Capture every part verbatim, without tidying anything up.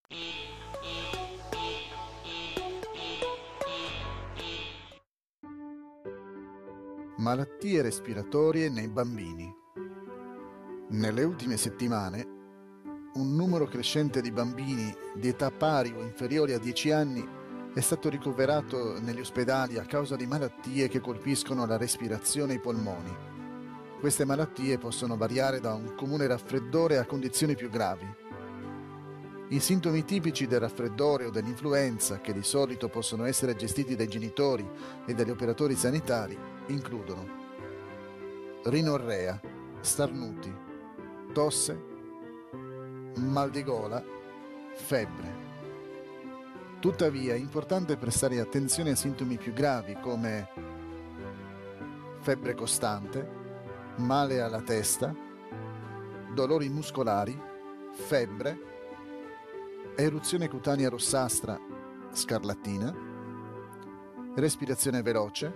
Malattie respiratorie nei bambini. Nelle ultime settimane, un numero crescente di bambini di età pari o inferiori a dieci anni è stato ricoverato negli ospedali a causa di malattie che colpiscono la respirazione e i polmoni. Queste malattie possono variare da un comune raffreddore a condizioni più gravi. I sintomi tipici del raffreddore o dell'influenza, che di solito possono essere gestiti dai genitori e dagli operatori sanitari, includono rinorrea, starnuti, tosse, mal di gola, febbre. Tuttavia è importante prestare attenzione a sintomi più gravi come febbre costante, male alla testa, dolori muscolari, febbre, eruzione cutanea rossastra, scarlattina, respirazione veloce,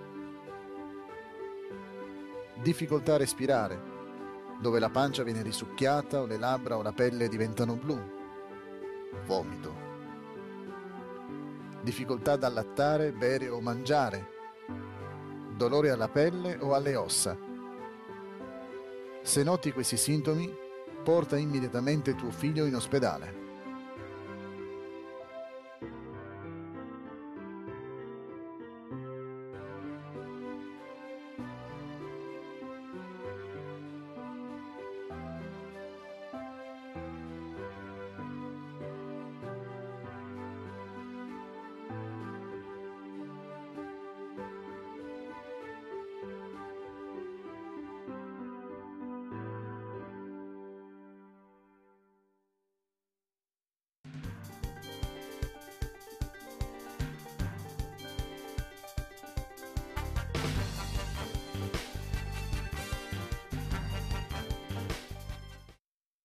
difficoltà a respirare, dove la pancia viene risucchiata o le labbra o la pelle diventano blu, vomito, difficoltà ad allattare, bere o mangiare, dolore alla pelle o alle ossa. Se noti questi sintomi, porta immediatamente tuo figlio in ospedale.